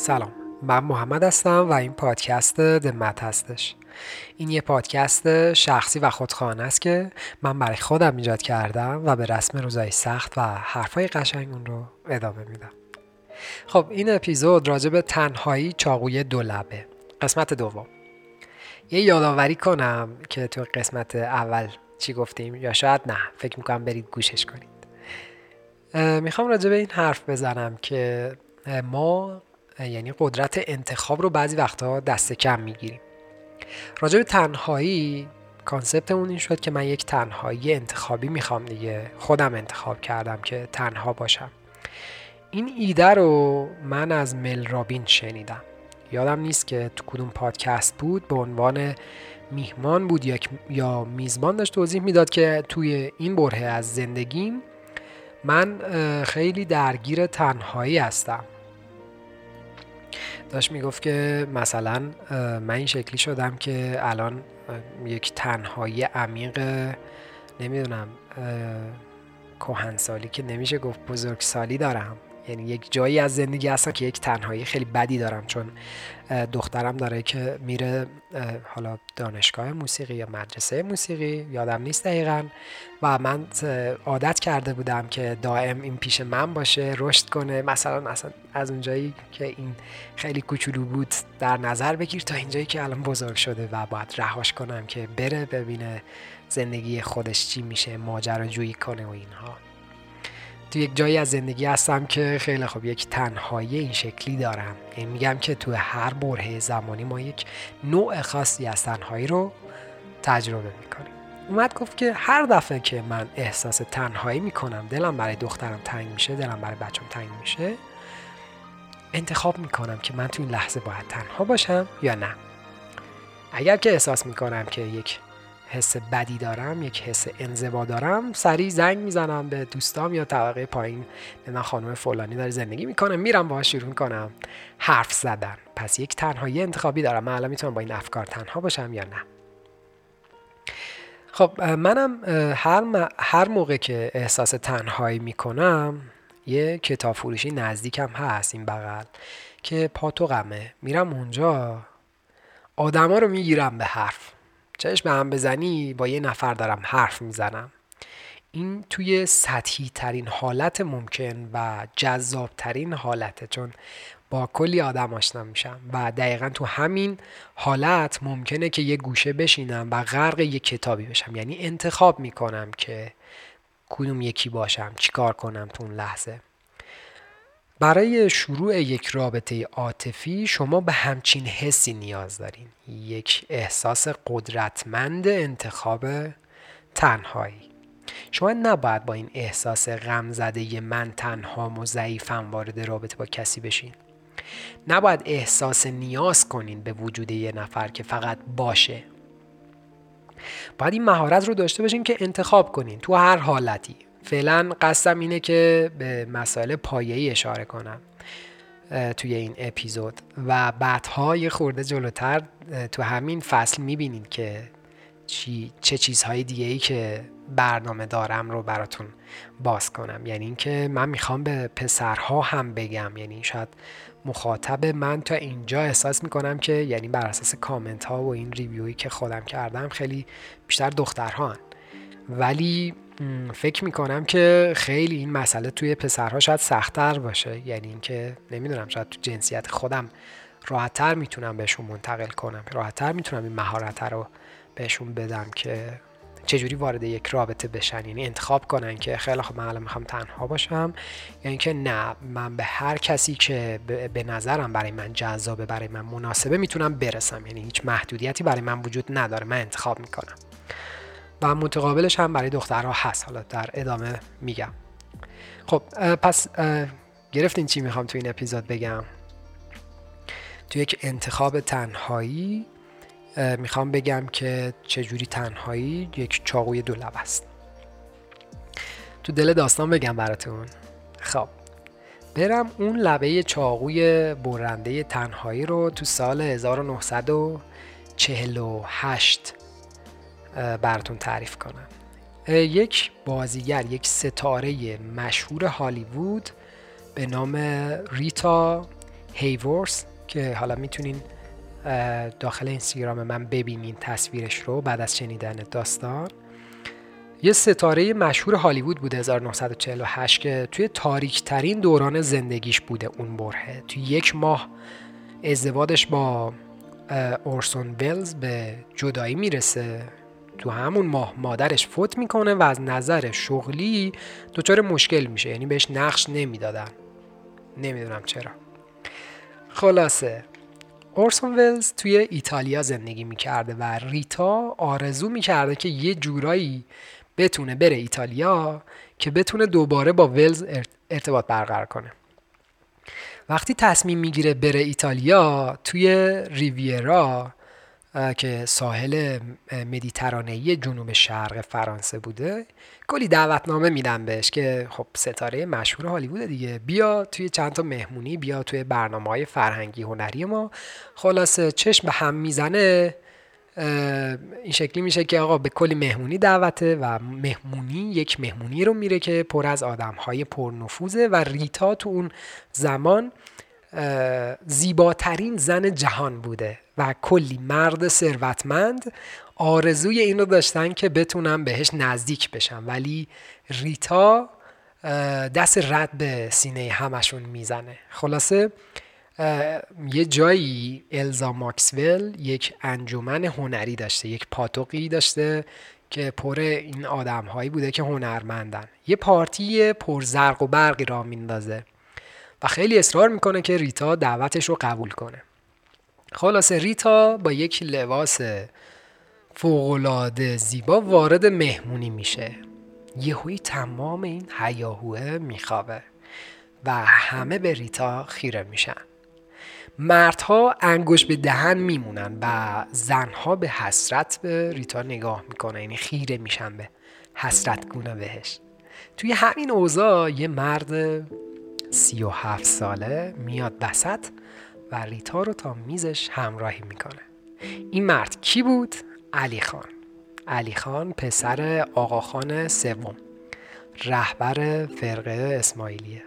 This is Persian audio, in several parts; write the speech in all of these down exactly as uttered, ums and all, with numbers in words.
سلام، من محمد هستم و این پادکست دمت هستش. این یه پادکست شخصی و خودخواهانه است که من برای خودم ایجاد کردم و به رسم روزای سخت و حرفای قشنگ اون رو ادامه میدم. خب این اپیزود راجع به تنهایی چاقوی دو لبه، قسمت دوم. یه یادآوری کنم که تو قسمت اول چی گفتیم یا شاید نه، فکر میکنم برید گوشش کنید. میخوام راجع به این حرف بزنم که ما یعنی قدرت انتخاب رو بعضی وقتا دست کم میگیریم. راجع به تنهایی کانسپت اون این شد که من یک تنهایی انتخابی میخوام دیگه، خودم انتخاب کردم که تنها باشم. این ایده رو من از مل رابین شنیدم، یادم نیست که تو کدوم پادکست بود، به عنوان میهمان بود یا یا میزبان داشت توضیح میداد که توی این بره از زندگیم من خیلی درگیر تنهایی هستم. داشت میگفت که مثلا من این شکلی شدم که الان یک تنهایی عمیق، نمیدونم کهنسالی که نمیشه گفت بزرگسالی دارم، یعنی یک جایی از زندگی هستم که یک تنهایی خیلی بدی دارم، چون دخترم داره که میره حالا دانشگاه موسیقی یا مدرسه موسیقی، یادم نیست دقیقاً، و من عادت کرده بودم که دائم این پیش من باشه، رشد کنه. مثلا مثلا از اونجایی که این خیلی کوچولو بود در نظر بگیر تا اینجایی که الان بزرگ شده و باید رهاش کنم که بره ببینه زندگی خودش چی میشه، ماجراجویی کنه و اینها. تو یک جایی از زندگی هستم که خیلی خوب یک تنهایی این شکلی دارم. این میگم که تو هر بره زمانی ما یک نوع خاصی از تنهایی رو تجربه میکنیم. اومد گفت که هر دفعه که من احساس تنهایی میکنم، دلم برای دخترم تنگ میشه، دلم برای بچم تنگ میشه، انتخاب میکنم که من تو این لحظه باید تنها باشم یا نه. اگر که احساس میکنم که یک حس بدی دارم، یک حس انزوا دارم، سریع زنگ میزنم به دوستام یا طبقه پایین، نه خانم فلانی داره زندگی میکنه، میرم باهاش شروع میکنم حرف زدن. پس یک تنهایی انتخابی دارم، من الان میتونم با این افکار تنها باشم یا نه. خب منم هر, م... هر موقع که احساس تنهایی میکنم، یه کتاب فروشی نزدیکم هست این بغل که پاتوقمه، میرم اونجا، آدما رو میگیرم به حرف. چش به هم بزنی با یه نفر دارم حرف میزنم. این توی سطحی ترین حالت ممکن و جذاب ترین حالته، چون با کلی آدم آشنا میشم و دقیقا تو همین حالت ممکنه که یه گوشه بشینم و غرق یه کتابی بشم. یعنی انتخاب میکنم که کدوم یکی باشم، چیکار کنم تو اون لحظه. برای شروع یک رابطه عاطفی شما به همچین حسی نیاز دارین، یک احساس قدرتمند انتخاب تنهایی. شما نباید با این احساس غمزده من تنهام و ضعیفم وارد رابطه با کسی بشین. نباید احساس نیاز کنین به وجود یه نفر که فقط باشه. باید این مهارت رو داشته باشین که انتخاب کنین تو هر حالتی. فعلا قصدم اینه که به مسائل پایه‌ای اشاره کنم توی این اپیزود و بعدها یه خورده جلوتر تو همین فصل میبینید که چی چه چیزهای دیگه‌ای که برنامه دارم رو براتون باز کنم. یعنی اینکه من میخوام به پسرها هم بگم، یعنی شاید مخاطب من تا اینجا احساس میکنم که یعنی بر اساس کامنت ها و این ریویویی که خودم کردم خیلی بیشتر دخترها هن. ولی فکر میکنم که خیلی این مسئله توی پسرها شاید سخت‌تر باشه. یعنی اینکه نمیدونم، شاید تو جنسیت خودم راحت‌تر میتونم بهشون منتقل کنم، راحت‌تر میتونم این مهارت رو بهشون بدم که چجوری وارد یک رابطه بشن. یعنی انتخاب کنن که خیلی خب من الان میخوام تنها باشم، یعنی که نه، من به هر کسی که به نظرم برای من جذابه، برای من مناسبه میتونم برسم. یعنی هیچ محدودیتی برای من وجود نداره، من انتخاب میکنم. و متقابلش هم برای دخترها هست، حالا در ادامه میگم. خب پس گرفتین چی میخوام تو این اپیزود بگم؟ تو یک انتخاب تنهایی میخوام بگم که چجوری تنهایی یک چاقوی دو لب است. تو دل داستان بگم براتون. خب برم اون لبه چاقوی برنده تنهایی رو تو سال هزار و نهصد و چهل و هشت براتون تعریف کنم. یک بازیگر، یک ستاره مشهور هالیوود به نام ریتا هیورس که حالا میتونین داخل اینستاگرام من ببینین تصویرش رو بعد از شنیدن داستان. یه ستاره مشهور هالیوود بوده هزار و نهصد و چهل و هشت که توی تاریک ترین دوران زندگیش بوده اون برهه. توی یک ماه ازدواجش با اورسون ولز به جدایی میرسه. تو همون ماه مادرش فوت میکنه و از نظر شغلی دچار مشکل میشه، یعنی بهش نقش نمیدادن، نمیدونم چرا. خلاصه اورسون ولز توی ایتالیا زندگی میکرده و ریتا آرزو میکرده که یه جورایی بتونه بره ایتالیا که بتونه دوباره با ولز ارتباط برقرار کنه. وقتی تصمیم میگیره بره ایتالیا، توی ریویرا که ساحل مدیترانه‌ای جنوب شرق فرانسه بوده، کلی دعوتنامه میدن بهش که خب ستاره مشهور هالیوود دیگه، بیا توی چند تا مهمونی، بیا توی برنامه‌های فرهنگی هنری ما. خلاصه چشم به هم میزنه، این شکلی میشه که آقا به کلی مهمونی دعوته و مهمونی یک مهمونی رو میره که پر از آدم‌های پرنفوذه و ریتا تو اون زمان زیباترین زن جهان بوده و کلی مرد ثروتمند آرزوی این رو داشتن که بتونن بهش نزدیک بشن، ولی ریتا دست رد به سینه همشون میزنه. خلاصه یه جایی الزا ماکسول یک انجمن هنری داشته، یک پاتوقی داشته که پر این آدم هایی بوده که هنرمندن. یه پارتی پر زرق و برقی را میندازه و خیلی اصرار میکنه که ریتا دعوتش رو قبول کنه. خلاصه ریتا با یک لباس فوق‌العاده زیبا وارد مهمونی میشه. یهویی تمام این هیاهوه میخوابه و همه به ریتا خیره میشن. مردها انگشت به دهن میمونن و زنها به حسرت به ریتا نگاه میکنن، یعنی خیره میشن به حسرت گونه بهش. توی همین اوضاع یه مرد سی و هفت ساله میاد وسط و ریتا رو تا میزش همراهی میکنه. این مرد کی بود؟ علی خان. علی خان پسر آقا خان سوم، رهبر فرقه اسماعیلیه.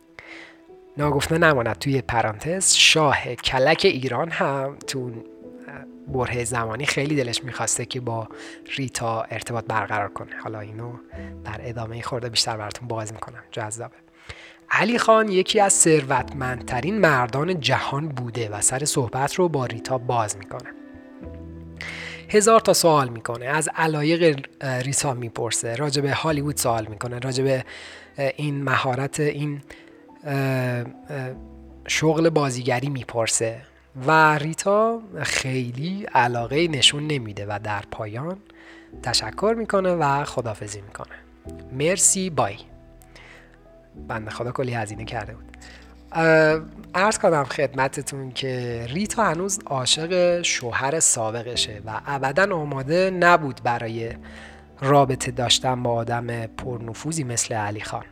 ناگفته نماند توی پرانتز شاه کلک ایران هم تو بره زمانی خیلی دلش میخواسته که با ریتا ارتباط برقرار کنه. حالا اینو در ادامه خورده بیشتر براتون باز میکنم، جذابه. علی خان یکی از ثروتمندترین مردان جهان بوده و سر صحبت رو با ریتا باز میکنه. هزار تا سوال میکنه، از علایق ریتا میپرسه، راجع به هالیوود سوال میکنه، راجع به این مهارت این شغل بازیگری میپرسه و ریتا خیلی علاقه نشون نمیده و در پایان تشکر میکنه و خداحافظی میکنه. مرسی بای. بنده خدا کلی هزینه کرده بود. عرض کنم خدمتتون که ریتا هنوز عاشق شوهر سابقشه و ابداً آماده نبود برای رابطه داشتن با آدم پرنفوذی مثل علی خان.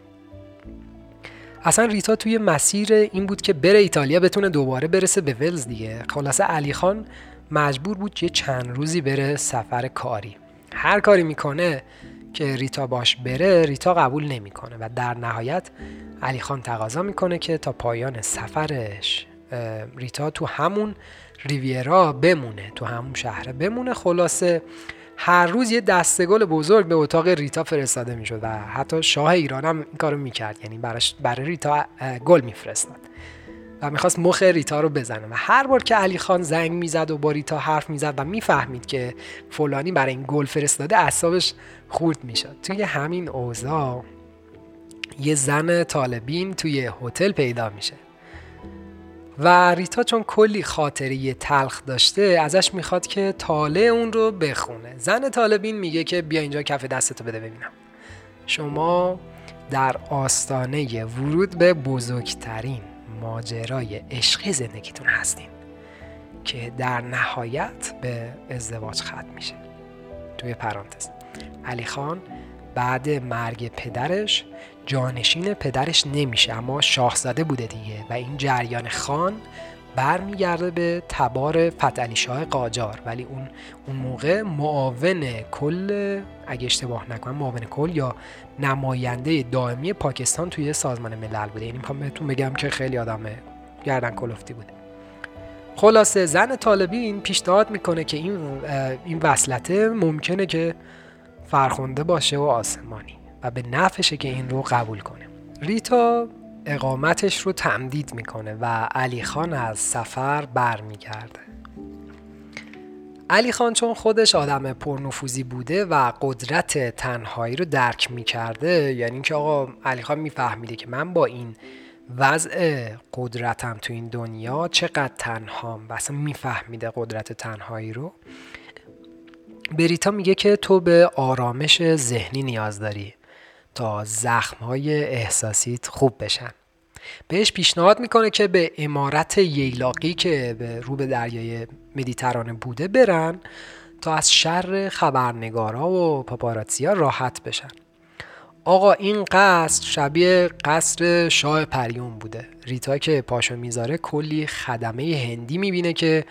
اصلا ریتا توی مسیر این بود که بره ایتالیا بتونه دوباره برسه به ولز دیگه. خلاصه علی خان مجبور بود یه چند روزی بره سفر کاری. هر کاری میکنه که ریتا باش بره، ریتا قبول نمیکنه و در نهایت علی خان تقاضا میکنه که تا پایان سفرش ریتا تو همون ریویرا بمونه، تو همون شهر بمونه. خلاصه هر روز یه دسته‌گل بزرگ به اتاق ریتا فرستاده میشد و حتی شاه ایران هم این کارو میکرد، یعنی براش برای ریتا گل میفرستاد و میخواست مخ ریتا رو بزنه. و هر بار که علی خان زنگ میزد و با ریتا حرف میزد و میفهمید که فلانی برای این گل فرستاده، اعصابش خورد میشد. توی همین اوضاع یه زن طالبین توی هتل پیدا میشه و ریتا چون کلی خاطره تلخ داشته ازش میخواد که طالع اون رو بخونه. زن طالبین میگه که بیا اینجا کف دستتو بده ببینم. شما در آستانه ورود به بزرگترین ماجرای عشقی زندگیتون هستین که در نهایت به ازدواج ختم میشه. توی پرانتز علی خان بعد مرگ پدرش جانشین پدرش نمیشه، اما شاهزاده بوده دیگه و این جریان خان برمیگرده به تبار فتحعلی شاه قاجار، ولی اون اون موقع معاون کل، اگه اشتباه نکنم معاون کل یا نماینده دائمی پاکستان توی سازمان ملل بوده. یعنی میخوام بهتون بگم که خیلی آدم گردن کلفتی بوده. خلاصه زن طالبین پیشنهاد میکنه که این این وصلته ممکنه که فرخنده باشه و آسمانی و به نفعشه که این رو قبول کنه. ریتا اقامتش رو تمدید میکنه و علی خان از سفر برمیگرده. علی خان چون خودش آدم پرنفوذی بوده و قدرت تنهایی رو درک میکرده، یعنی که آقا علی خان میفهمیده که من با این وضع قدرتم تو این دنیا چقدر تنهام و اصلا میفهمیده قدرت تنهایی رو، به ریتا میگه که تو به آرامش ذهنی نیاز داری تا زخم‌های احساسیت خوب بشن. بهش پیشنهاد میکنه که به عمارت ییلاقی که به رو به دریای مدیترانه بوده برن تا از شر خبرنگارا و پاپاراتزیا راحت بشن. آقا این قصر شبیه قصر شاه پریون بوده. ریتا که پاشو میذاره کلی خدمه هندی میبینه که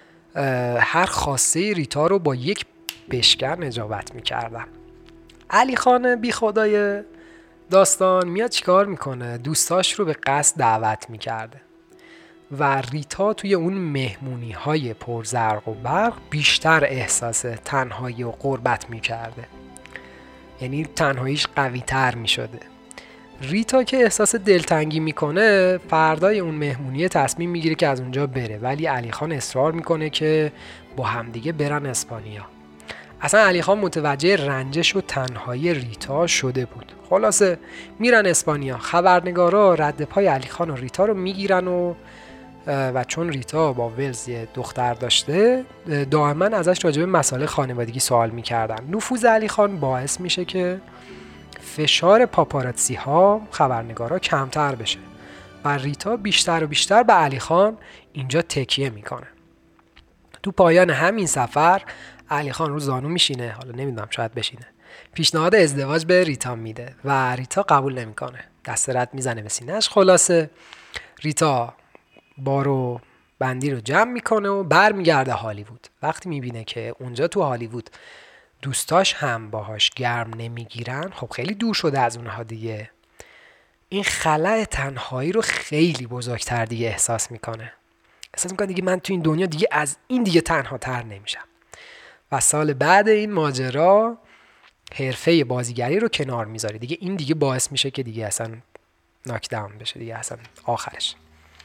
هر خواسته ریتا رو با یک بشکن اجابت میکردن. علی خان بی خدای داستان میاد چیکار میکنه؟ دوستاش رو به قصد دعوت میکرده و ریتا توی اون مهمونی های پرزرق و برق بیشتر احساس تنهایی و غربت میکرده، یعنی تنهاییش قوی تر میشده. ریتا که احساس دلتنگی میکنه فردای اون مهمونی تصمیم میگیره که از اونجا بره، ولی علی خان اصرار میکنه که با همدیگه برن اسپانیا. اصلا علی خان متوجه رنجش و تنهایی ریتا شده بود. خلاصه میرن اسپانیا. خبرنگارا رد پای علی خان و ریتا رو میگیرن و و چون ریتا با ولز یه دختر داشته دائما ازش راجع به مسائل خانوادگی سوال میکردن. نفوذ علی خان باعث میشه که فشار پاپاراتزی ها خبرنگارا کمتر بشه و ریتا بیشتر و بیشتر به علی خان اینجا تکیه میکنه. تو پایان همین سفر علی خان رو زانو میشینه، حالا نمیدونم شاید بشینه، پیشنهاد ازدواج به ریتا میده و ریتا قبول نمیکنه، دست رد میزنه به سینه‌اش. خلاصه ریتا بارو بندی رو جمع میکنه و برمیگرده هالیوود. وقتی میبینه که اونجا تو هالیوود دوستاش هم باهاش گرم نمیگیرن، خب خیلی دور شده از اونها دیگه، این خلأ تنهایی رو خیلی بزرگتر دیگه احساس میکنه. احساس میکنه دیگه من تو این دنیا دیگه از این دیگه تنها تر نمیشم و سال بعد این ماجرا حرفه بازیگری رو کنار میذاره دیگه. این دیگه باعث میشه که دیگه اصلا ناک داون بشه دیگه، اصلا آخرش.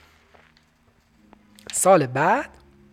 سال بعد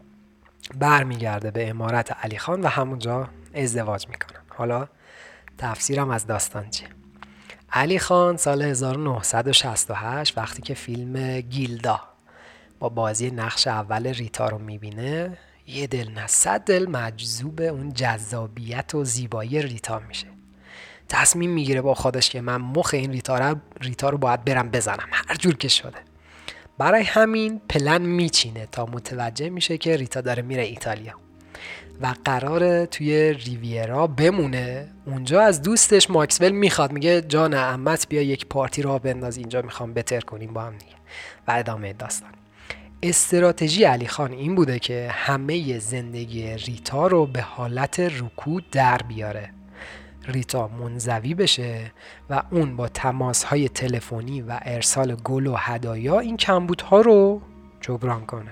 برمیگرده به عمارت علی خان و همونجا ازدواج میکنن. حالا تفسیرم از داستان چیه؟ علی خان سال هزار و نهصد و شصت و هشت وقتی که فیلم گیلدا با بازی نقش اول ریتا رو میبینه، یه دل نه صد دل مجذوب اون جذابیت و زیبایی ریتا میشه. تصمیم میگیره با خودش که من مخ این ریتا رو, ریتا رو باید برم بزنم هر جور که شده. برای همین پلن میچینه تا متوجه میشه که ریتا داره میره ایتالیا و قراره توی ریویرا بمونه. اونجا از دوستش ماکسول میخواد، میگه جان عمت بیا یک پارتی را بنداز اینجا، میخوام بتر کنیم با هم دیگه و ادامه داستان. استراتژی علی خان این بوده که همه زندگی ریتا رو به حالت رکود در بیاره، ریتا منزوی بشه و اون با تماس‌های تلفنی و ارسال گل و هدایا این کمبودها رو جبران کنه.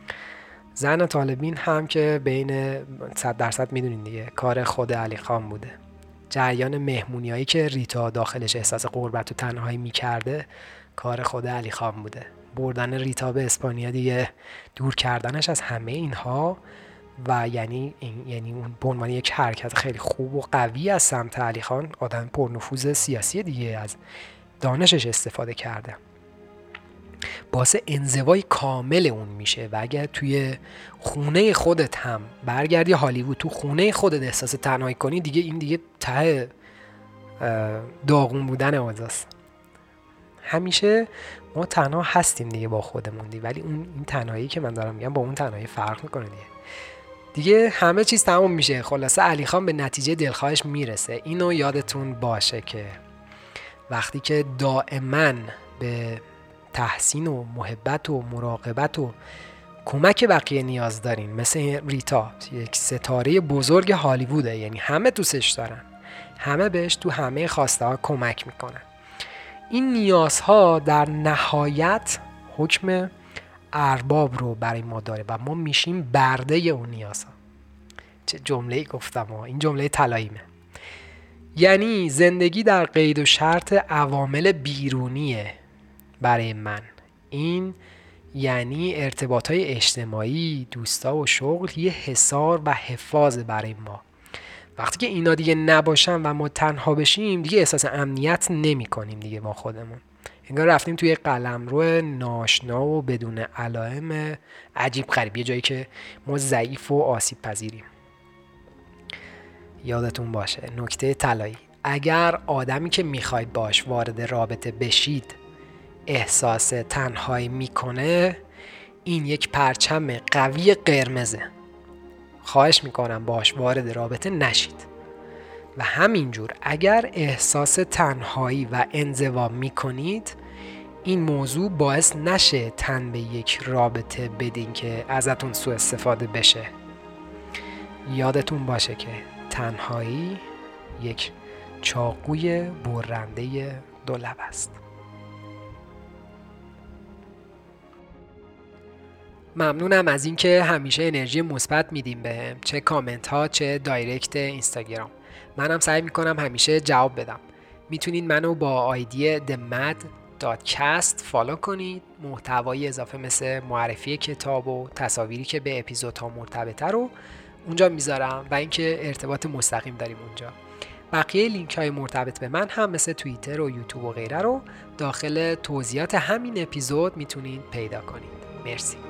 زن طالبین هم که بین صد درصد میدونین دیگه کار خود علی خان بوده. جریان مهمونیایی که ریتا داخلش احساس غربت و تنهایی میکرده کار خود علی خان بوده. بردن ریتا به اسپانیا دیگه، دور کردنش از همه اینها و یعنی این یعنی اون به عنوان یک حرکت خیلی خوب و قوی از سمت علی خان، آدم پرنفوذ سیاسی دیگه، از دانشش استفاده کرده، باعث انزوای کامل اون میشه. و اگر توی خونه خودت هم برگردی هالیوود، تو خونه خودت احساس تنهایی کنی، دیگه این دیگه ته داغون بودن اوضاعست. همیشه ما تنها هستیم دیگه با خودمون دی، ولی اون این تنهایی که من دارم میگم با اون تنهایی فرق میکنه دیگه. دیگه همه چیز تموم میشه. خلاصه علی خان به نتیجه دلخواهش میرسه. اینو یادتون باشه که وقتی که دائما به تحسین و محبت و مراقبت و کمک بقیه نیاز دارین، مثل ریتا یک ستاره بزرگ هالیووده، یعنی همه دوستش دارن، همه بهش تو همه خواسته ها کمک میکنن. این نیازها در نهایت حکم ارباب رو برای ما داره و ما میشیم برده اون نیازها. چه جمله‌ای گفتم ها، این جمله طلاییمه. یعنی زندگی در قید و شرط عوامل بیرونیه برای من. این یعنی ارتباطهای اجتماعی، دوستا و شغل یه حصار و حفاظ برای ما. وقتی که اینا دیگه نباشن و ما تنها بشیم دیگه احساس امنیت نمی کنیم دیگه ما خودمون. انگار رفتیم توی قلمرو ناشنا و بدون علائم عجیب غریب، یه جایی که ما ضعیف و آسیب پذیریم. یادتون باشه نکته طلایی، اگر آدمی که میخواید باش وارد رابطه بشید احساس تنهایی میکنه، این یک پرچم قوی قرمزه. خواهش میکنم باش وارد رابطه نشید. و همینجور اگر احساس تنهایی و انزوا میکنید، این موضوع باعث نشه تن به یک رابطه بدین که ازتون سوء استفاده بشه. یادتون باشه که تنهایی یک چاقوی برنده دو لب است. ممنونم از اینکه همیشه انرژی مثبت میدیم بهم، چه کامنت ها چه دایرکت اینستاگرام. منم سعی میکنم همیشه جواب بدم. میتونید منو با آیدی the mad dot cast فالو کنید. محتوای اضافه مثل معرفی کتاب و تصاویری که به اپیزودها مرتبطه رو اونجا میذارم و اینکه ارتباط مستقیم داریم اونجا. بقیه لینک های مرتبط به من هم مثل توییتر و یوتیوب و غیره رو داخل توضیحات همین اپیزود میتونید پیدا کنید. مرسی.